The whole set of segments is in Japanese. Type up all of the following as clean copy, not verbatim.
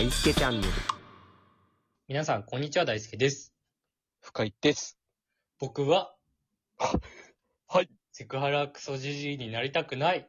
大輔チャンネル。 皆さん、こんにちは。大輔です。 深井です。 僕は、 はい。 セクハラクソジジイになりたくない。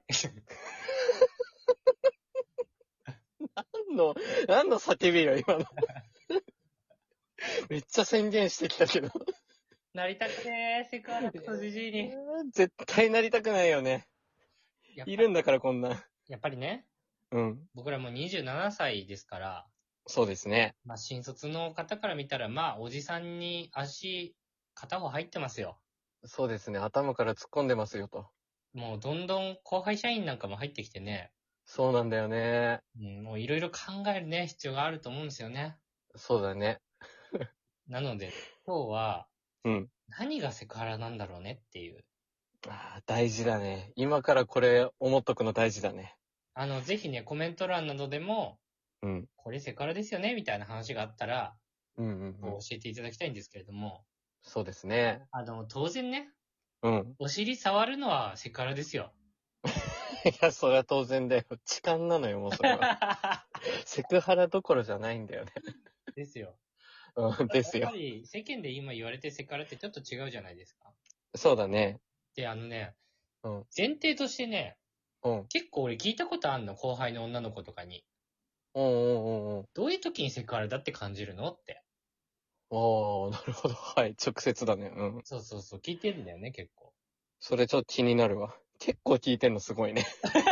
何の叫びよ、今の。めっちゃ宣言してきたけど。 なりたくねー、セクハラクソジジイに。 絶対なりたくないよね。いるんだからこんな。 やっぱりね、 うん。 僕らもう27歳ですから、 そうですね。 新卒の方から見たら、おじさんに片方入ってますよ。 そうですね。頭から突っ込んでますよと。 もうどんどん後輩社員なんかも入ってきてね、 そうなんだよね。 もういろいろ考えるね、必要があると思うんですよね。 そうだね。 なので、今日は、 うん。 何がセクハラなんだろうねっていう。 大事だね。今からこれ思っとくの大事だね。 ぜひね、コメント欄などでも、 うん。 これセクハラですよねみたいな話があったら、 うんうんうん。 教えていただきたいんですけれども、 そうですね。 当然ね、 うん。 お尻触るのはセクハラですよ。 いや、それは当然だよ。痴漢なのよ、もうそれは。セクハラどころじゃないんだよね。 ですよ。 うん、ですよ。 やっぱり世間で今言われてるセクハラってちょっと違うじゃないですか。 そうだね。 で、 うん。 前提としてね、 うん。 結構俺聞いたことあんの、後輩の女の子とかに。 うんうんうんうん。 どういう時にセクハラだって感じるのって。 ああ、なるほど。はい。直接だね。うん。 そうそうそう、聞いてるんだよね、結構。 それちょっと気になるわ。結構聞いてんのすごいね。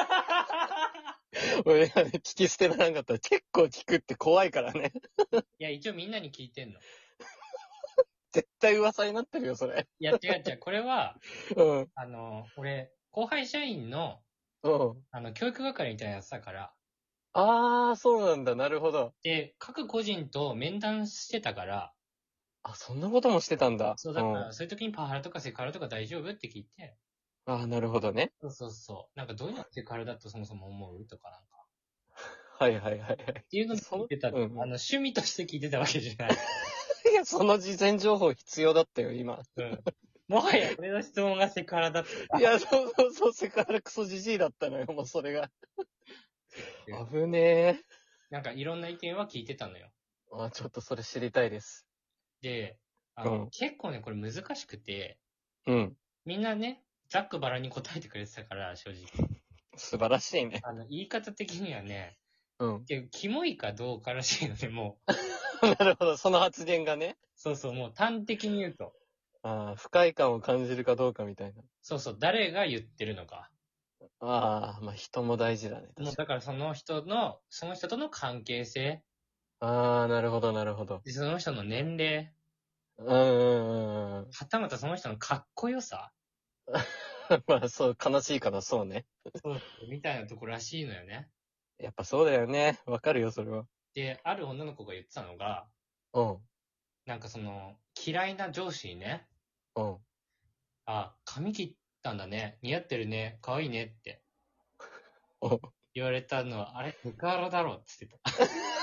俺がね、聞き捨てならんかったら結構聞くって怖いからね。 いや、一応みんなに聞いてんの。 絶対噂になってるよ、それ。 いや、違う違う、これは、 うん。 俺、後輩社員の、 うん。 教育係みたいなやつだから、 ああ、そうなんだ。なるほど。 で、各個人と面談してたから、 あ、そんなこともしてたんだ。 そう、 うん。 だから、そういう時にパワハラとかセクハラとか大丈夫って聞いて、 ああ、なるほどね。 そうそうそう。なんかどういうのがセクハラだとそもそも思うとかなんか。 はいはいはいはい。 っていうので聞いてた。 うん。 趣味として聞いてたわけじゃない。 いや、その事前情報必要だったよ、今。 うん。もはや俺の質問がセクハラだったいや、そうそうそう、セクハラクソジジイだったのよ、もうそれが。危ねなんかいろんな意見は聞いてたのよ。 え。あ、ちょっとそれ知りたいです。 で、 うん。 結構ね、これ難しくて、 うん。 みんなね、ざっくばらんに答えてくれてたから、正直。 素晴らしいね。 言い方的にはね、 うん。 キモいかどうからしいので、もう、 なるほど、その発言がね。 そうそう、もう端的に言うと、 ああ、不快感を感じるかどうかみたいな。 そうそう、誰が言ってるのか。 ああ、まあ人も大事だね、確かに。 もうだからその人との関係性、 ああ、なるほど、なるほど。 でその人の年齢、 うんうんうんうん。 はたまたその人のかっこよさ、 まあそう、悲しいかな、そうね。 そうみたいなところらしいのよね。 やっぱそうだよね。わかるよ、それは。 で、ある女の子が言ってたのが、 うん。 なんか嫌いな上司にね、 うん。 髪切ったんだね、似合ってるね、可愛いねってうん。 言われたのは、あれ、セクハラだろって言ってた。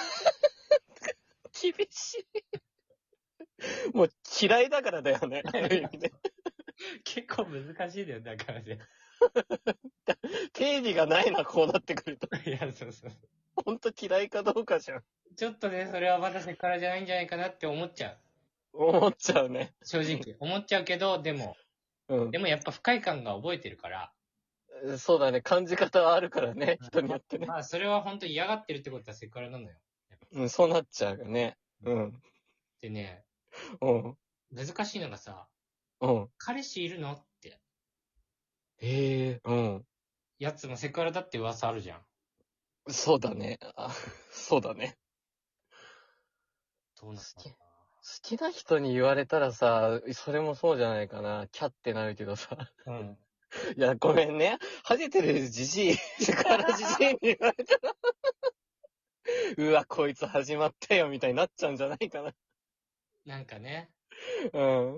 厳しい。もう嫌いだからだよね。ある意味ね。 結構難しいんだよ、だからね。 定義がないな、こうなってくると。 いや、そうそう。 ほんと嫌いかどうかじゃん。 ちょっとね、それはまだセクハラじゃないんじゃないかなって思っちゃう。 思っちゃうね。 正直。思っちゃうけど、でもうん。 やっぱ不快感が覚えてるから、 そうだね。感じ方はあるからね。人によってね。 それは本当に嫌がってるってことはセクハラなのよ。 うん、そうなっちゃうよね。うん。 でね、 うん。 難しいのがさ、 うん。 彼氏いるのって、 へえ、うん。 やつもセクハラだって噂あるじゃん。 そうだね。あ、そうだね。 どうなのか好きな人に言われたらさ、それもそうじゃないかな。キャってなるけどさ。 な。うん。 いや、ごめんね。ハゲてるじじい、セクハラじじいに言われたら、うわ、こいつ始まったよ、みたいになっちゃうんじゃないかな。 なんかね、 うん。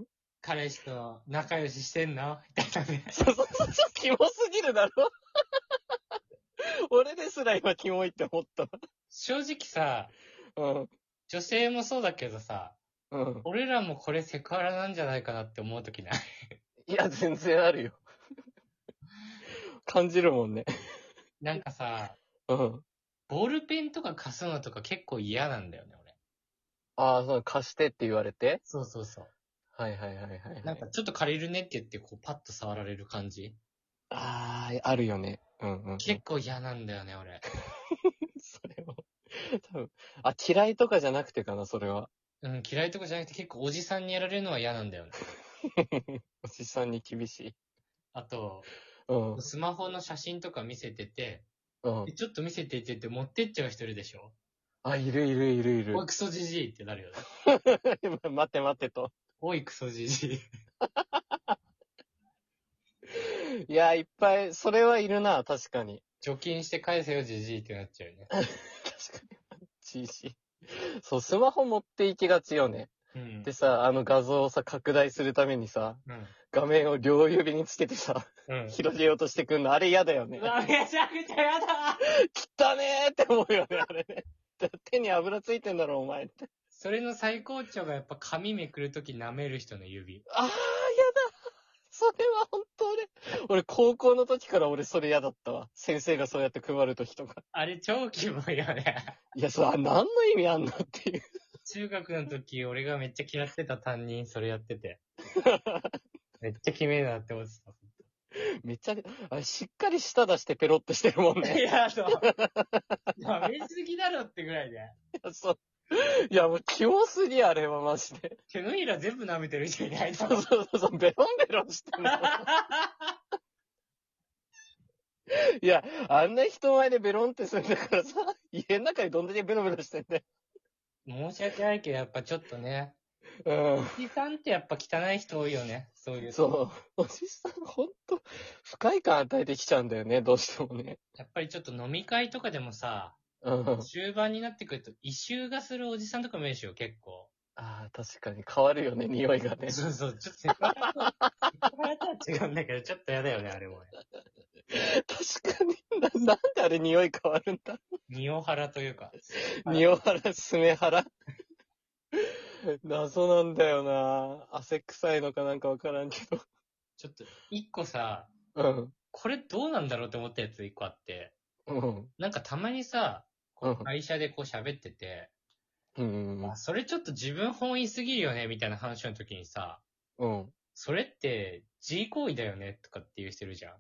彼氏と仲良ししてんのみたいなね。 そうそうそう、キモすぎるだろ。俺ですら今キモいって思ったわ。 正直さ、 うん。 女性もそうだけどさ、 うん。 俺らもこれセクハラなんじゃないかなって思うときない？ いや、全然あるよ。感じるもんね。 なんかさ、 うん。 ボールペンとか貸すのとか結構嫌なんだよね、俺。 ああ、そう、貸してって言われて。 そうそうそう。 はいはいはいはい、はい。 なんかちょっと借りるねって言って、こうパッと触られる感じ。 ああ、あるよね。うんうん、うん。 結構嫌なんだよね、俺。 それは。多分、あ、嫌いとかじゃなくてかな、それは。 うん、嫌いとかじゃなくて結構おじさんにやられるのは嫌なんだよね。 おじさんに厳しい。 あと、 うん。 スマホの写真とか見せてて、 うん。 ちょっと見せてって言って持ってっちゃう人いるでしょ。 あ、いるいるいるいる。 おいクソじじいってなるよね。 待て待てと。 おいクソじじい。 いや、いっぱい、それはいるな、確かに。 貯金して返せよじじいってなっちゃうよね。 確かに。GC。そう、スマホ持っていきがちよね。 うん。 でさ、あの画像をさ、拡大するためにさ、 うん。 画面を両指につけてさ、 うん。 広げようとしてくんの、あれ嫌だよね。 うわ、めちゃくちゃ嫌だ。 汚ねーって思うよね、あれね。手に油ついてんだろ、お前って。 それの最高潮がやっぱ髪めくるとき舐める人の指。 あー、嫌だ。それは本当俺、高校の時から俺それ嫌だったわ。先生がそうやって配る時とか。 あれ超キモいよね。 いや、それ、何の意味あんのっていう。 中学の時、俺がめっちゃ嫌ってた担任それやってて。めっちゃキメえなって思ってた。 めっちゃ、あれ、しっかり舌出してペロッとしてるもんいね。 や、そう。舐めすぎだろってぐらいで。 いや、そう。いや、もう、キモすぎ、あれはマジで。 手のひら全部舐めてる人いないだそうろ。 そうそう、ベロンベロンしてるの。いや、あんな人前でベロンってするんだからさ、家の中でどんだけベロベロしてんだよ。 申し訳ないけど、やっぱちょっとね。 うおじさんってやっぱ汚い人多いよね。そういう。 ん。そう。おじさん、ほんと、不快感与えてきちゃうんだよね、どうしてもね。 やっぱりちょっと飲み会とかでもさ、 うん。 終盤になってくると異臭がするおじさんとかもいるでしょ、結構。 ああ、確かに変わるよね、匂いがね。 そうそう、ちょっとセクハラとは違うんだけど、ちょっと嫌だよね、あれもね。 確かに。なんであれ匂い変わるんだ。 匂ハラというか。 匂腹、スメ腹。謎なんだよな。汗臭いのかなんかわからんけど。 ちょっと、一個さ、 うん。 これどうなんだろうって思ったやつ一個あって、 うん。 なんかたまにさ、こううん会社でこう喋ってて、 うん。 あ、それちょっと自分本位すぎるよね、みたいな話の時にさ、 うん。 それって自慰行為だよね、とかって言う人いるじゃん。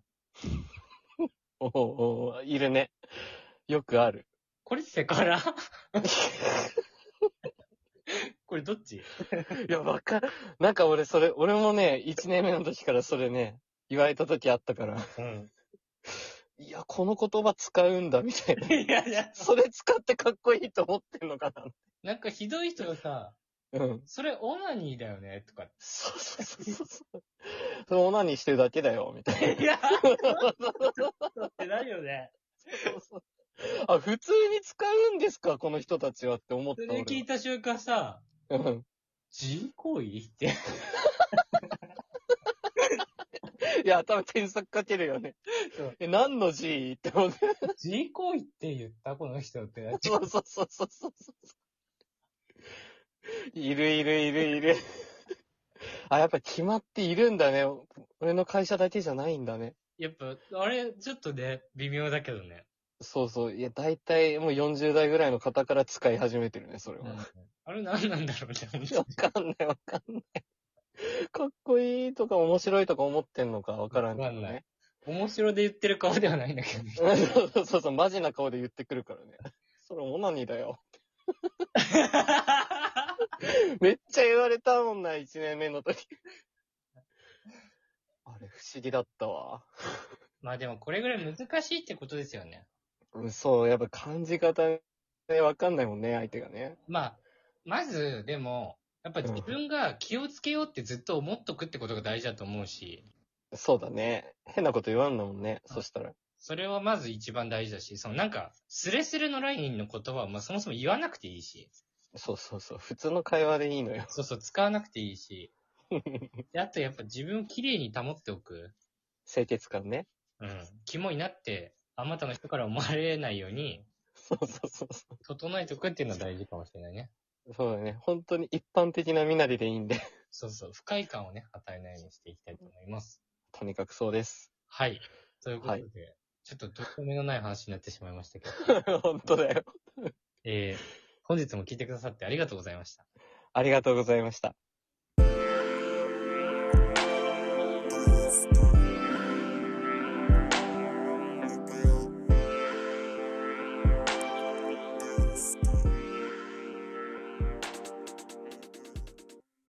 おいるね。よくある。 これセクハラこれどっち？ いや、なんか俺もね、1年目の時からそれね、言われた時あったから、 うん。 いや、この言葉使うんだ、みたいな。 いやいや、 それ使ってかっこいいと思ってんのかな。 なんかひどい人がさ、 うん。 それオナニーだよね、とか。 そうそうそうそう。それオナニーしてるだけだよ、みたいな。 いや、ってなるよね。 そうそう。あ、普通に使うんですか、この人たちはって思ったそれ聞いた瞬間さ、 俺は。うん。 自慰行為って。 いや、多分添削かけるよね。 そう何の G って思って。 自慰行為って言ったこの人ってなっちゃそうそうそうそうそう。いるいるいるいる。あ、やっぱ決まっているんだね。俺の会社だけじゃないんだね。 う。やっぱ、あれ、ちょっとね、微妙だけどね。 そうそう。いや、大体もう40代ぐらいの方から使い始めてるね、それは。 あれ何なんだろうね、本わかんないわかんない。かっこいいとか面白いとか思ってんのかわからんけどわかんないね。 面白で言ってる顔ではないんだけどね。 そうそうそう、マジな顔で言ってくるからね。それオナニーだよ。めっちゃ言われたもんな、1年目の時。あれ、不思議だったわ。 まあでもこれぐらい難しいってことですよね。 うん、そう、やっぱ感じ方ね、わかんないもんね、相手がね。 まあ、まず、でも、やっぱ自分が気をつけようってずっと思っとくってことが大事だと思うし、 そうだね。変なこと言わんだもんね、 うんそしたら。 それはまず一番大事だし、そのなんか、スレスレのラインの言葉はまあそもそも言わなくていいし、 そうそうそう、普通の会話でいいのよ。 そうそう、使わなくていいし、であとやっぱ自分をきれいに保っておく。 清潔感ね。 うん。肝になって、あまたの人から思われないように、 そうそうそうそ整えておくっていうのは大事かもしれないね。 う。そうだね。本当に一般的な身なりでいいんで。 そうそう、不快感をね、与えないようにしていきたいと思います。 とにかくそうです。 はい。ということで、 ちょっとどうしようものない話になってしまいましたけど。 本当だよ。 本日も聞いてくださってありがとうございました。 ありがとうございました。